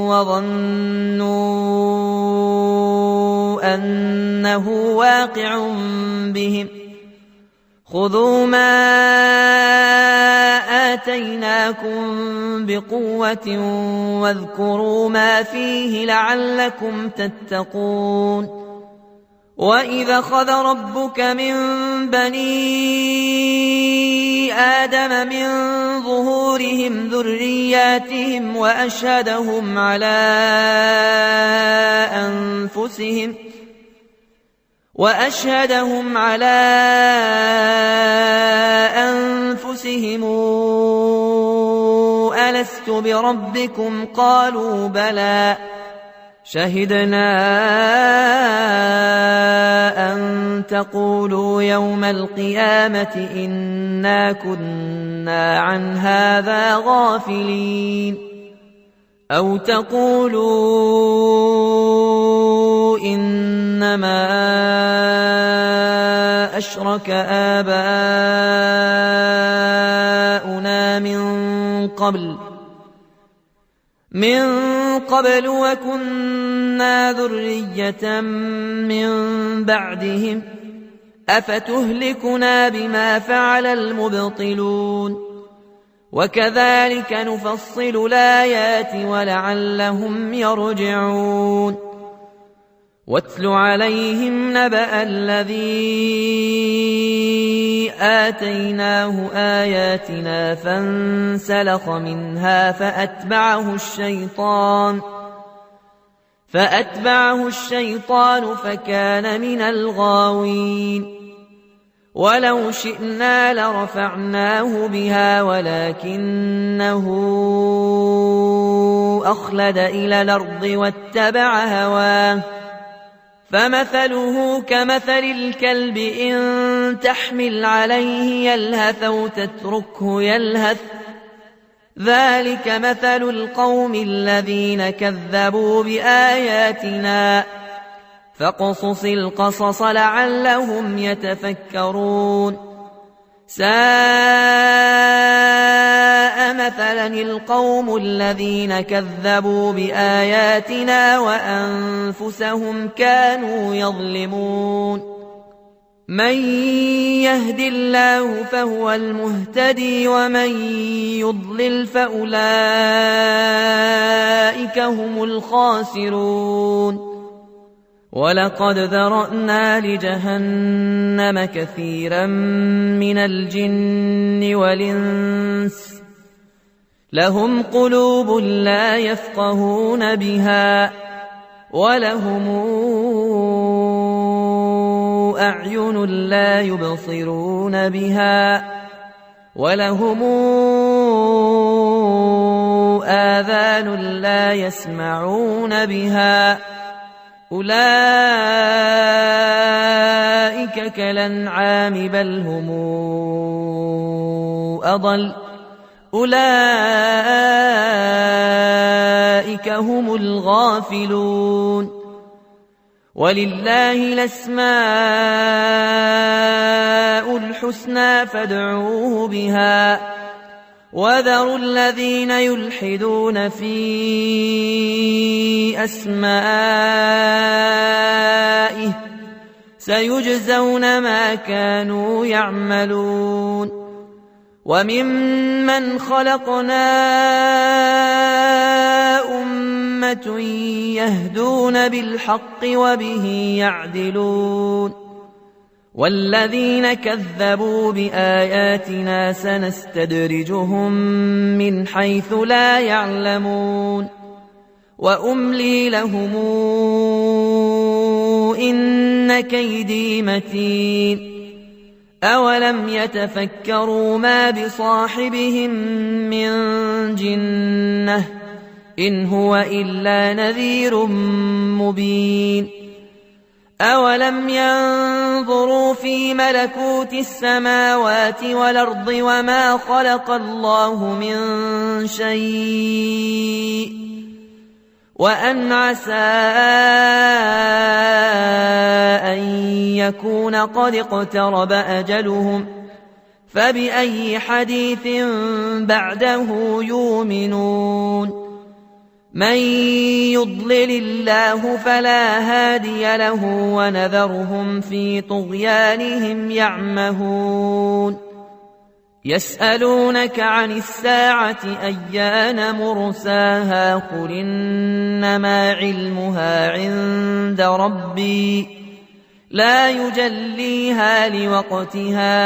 وظنوا أنه واقع بهم خذوا ما آتيناكم بقوة واذكروا ما فيه لعلكم تتقون وإذا أخذ ربك من بني آدم من ظهورهم ذرياتهم وأشهدهم على أنفسهم ألست بربكم قالوا بلى شهدنا أن تقولوا يوم القيامة إنا كنا عن هذا غافلين أو تقولوا إنما أشرك آباؤنا من قبل وكنا ذرية من بعدهم أفتهلكنا بما فعل المبطلون وكذلك نفصل الآيات ولعلهم يرجعون واتل عليهم نبأ الذي آتيناه آياتنا فانسلخ منها فأتبعه الشيطان فكان من الغاوين ولو شئنا لرفعناه بها ولكنه أخلد إلى الأرض واتبع هواه فمثله كمثل الكلب إن تحمل عليه يلهث أو تتركه يلهث ذلك مثل القوم الذين كذبوا بآياتنا فاقصص القصص لعلهم يتفكرون ساء مثلا القوم الذين كذبوا بآياتنا وأنفسهم كانوا يظلمون من يهد الله فهو المهتدي ومن يضلل فأولئك هم الخاسرون ولقد ذرأنا لجهنم كثيرا من الجن والإنس لهم قلوب لا يفقهون بها ولهم أعين لا يبصرون بها ولهم آذان لا يسمعون بها أولئك كالأنعام بل هم أضل أولئك هم الغافلون ولله الأسماء الحسنى فادعوه بها وذروا الذين يلحدون في أسمائه سيجزون ما كانوا يعملون وممن خلقنا أمة يهدون بالحق وبه يعدلون والذين كذبوا بآياتنا سنستدرجهم من حيث لا يعلمون وأملي لهم إن كيدي متين أولم يتفكروا ما بصاحبهم من جنة إن هو إلا نذير مبين أولم ينظروا في ملكوت السماوات والأرض وما خلق الله من شيء وأن عسى أن يكون قد اقترب أجلهم فبأي حديث بعده يؤمنون من يضلل الله فلا هادي له ونذرهم في طغيانهم يعمهون يسألونك عن الساعة أيان مرساها قل إنما علمها عند ربي لا يجليها لوقتها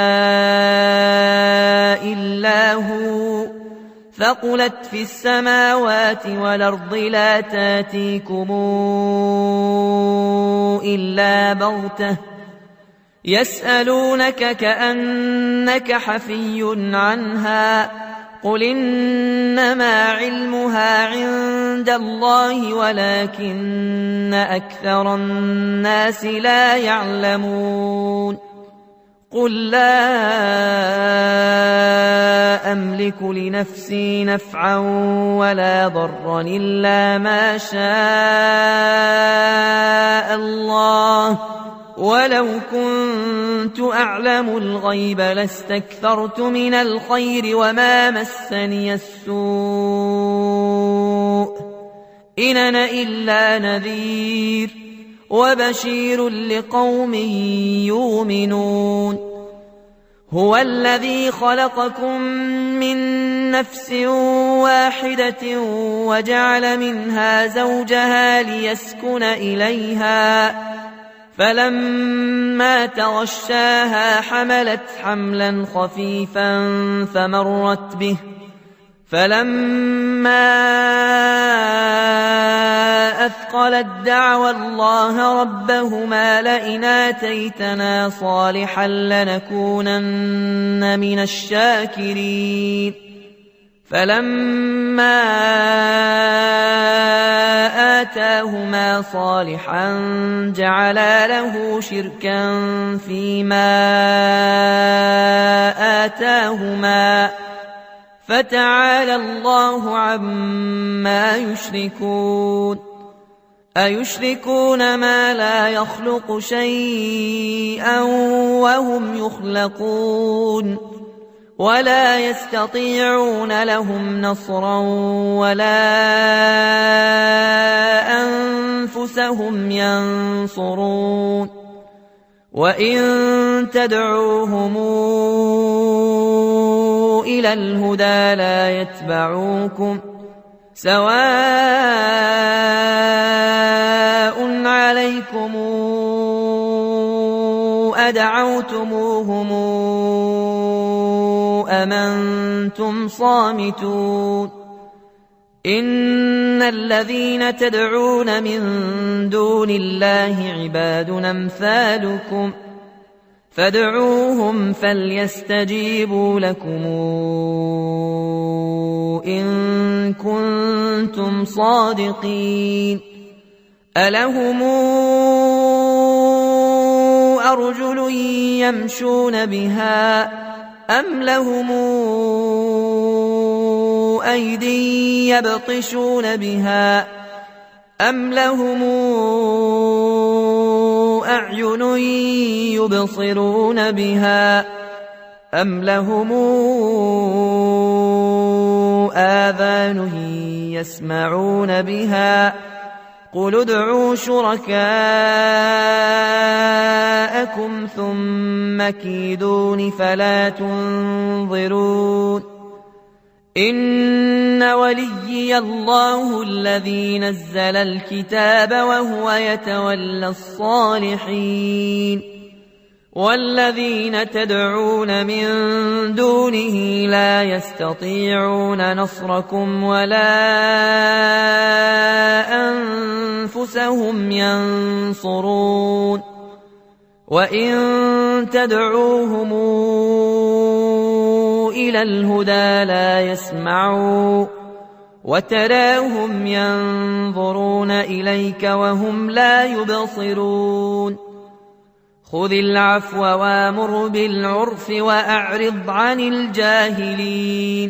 إلا هو ثقلت في السماوات والأرض لا تاتيكم إلا بغتة يسألونك كأنك حفي عنها قل إنما علمها عند الله ولكن أكثر الناس لا يعلمون قل لا أملك لنفسي نفعا ولا ضرا إلا ما شاء الله ولو كنت أعلم الغيب لاستكثرت من الخير وما مسني السوء إن أنا إلا نذير وبشير لقوم يؤمنون هو الذي خلقكم من نفس واحدة وجعل منها زوجها ليسكن إليها فلما تغشاها حملت حملا خفيفا فمرت به فلما أثقلت دعوا الله ربهما لئن آتيتنا صالحا لنكونن من الشاكرين فلما آتاهما صالحا جعلا له شركا فيما آتاهما فتعالى الله عما يشركون أيشركون ما لا يخلق شيئا وهم يخلقون ولا يستطيعون لهم نصرا ولا أنفسهم ينصرون وإن تدعوهم إلى الهدى لا يتبعوكم سواء عليكم أدعوتموهم أم أنتم صامتون إن الذين تدعون من دون الله عباد أمثالكم فادعوهم فليستجيبوا لكم إن كنتم صادقين ألهم أرجل يمشون بها أم لهم أيدي يبطشون بها أم لهم أعين يبصرون بها أم لهم آذان يسمعون بها قل ادعوا شركاءكم ثم كيدون فلا تنظرون إن وليي الله الذي نزل الكتاب وهو يتولى الصالحين وإن تدعوهم إلى الهدى لا يتبعوكم سواء عليكم أدعوتموهم أم أنتم صامتون إن الذين تدعون من دون الله عباد أمثالكم فادعوهم فليستجيبوا لكم إن كنتم صادقين ألهم أرجل يمشون بها أم لهم أيدي يبطشون بها أم لهم آذان يسمعون بها قل ادعوا شركاءكم ثم كيدون فلا تنظرون إن وليي الله الذي نزل الكتاب وهو والذين تدعون من دونه لا يستطيعون نصركم ولا أنفسهم ينصرون وإن تدعوهم إلى الهدى لا يسمعوا وتراهم ينظرون إليك وهم لا يبصرون خذ العفو وامر بالعرف وأعرض عن الجاهلين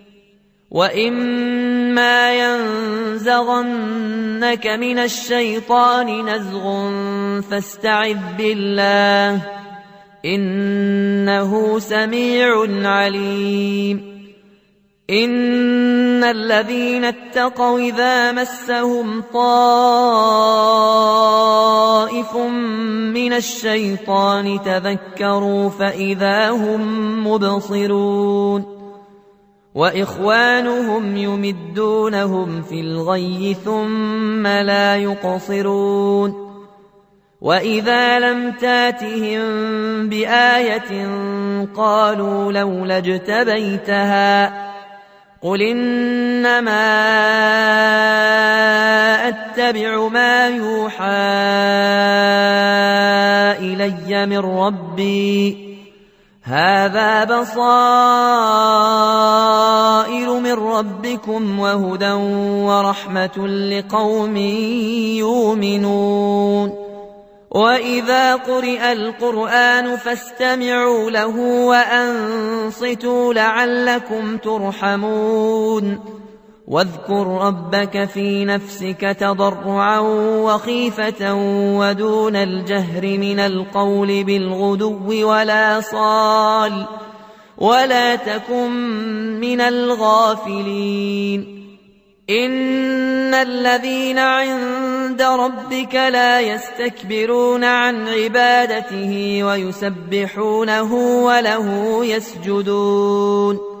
وإما ينزغنك من الشيطان نزغ فاستعذ بالله إنه سميع عليم إن الذين اتقوا إذا مسهم طائف من الشيطان تذكروا فإذا هم مبصرون وإخوانهم يمدونهم في الغي ثم لا يقصرون وإذا لم تاتهم بآية قالوا لولا اجتبيتها قل إنما أتبع ما يوحى إلي من ربي هذا بصائر من ربكم وهدى ورحمة لقوم يؤمنون وإذا قرئ القرآن فاستمعوا له وأنصتوا لعلكم ترحمون واذكر ربك في نفسك تضرعا وخيفة ودون الجهر من القول بالغدو ولا صال ولا تكن من الغافلين إن الذين عند ربك لا يستكبرون عن عبادته ويسبحونه وله يسجدون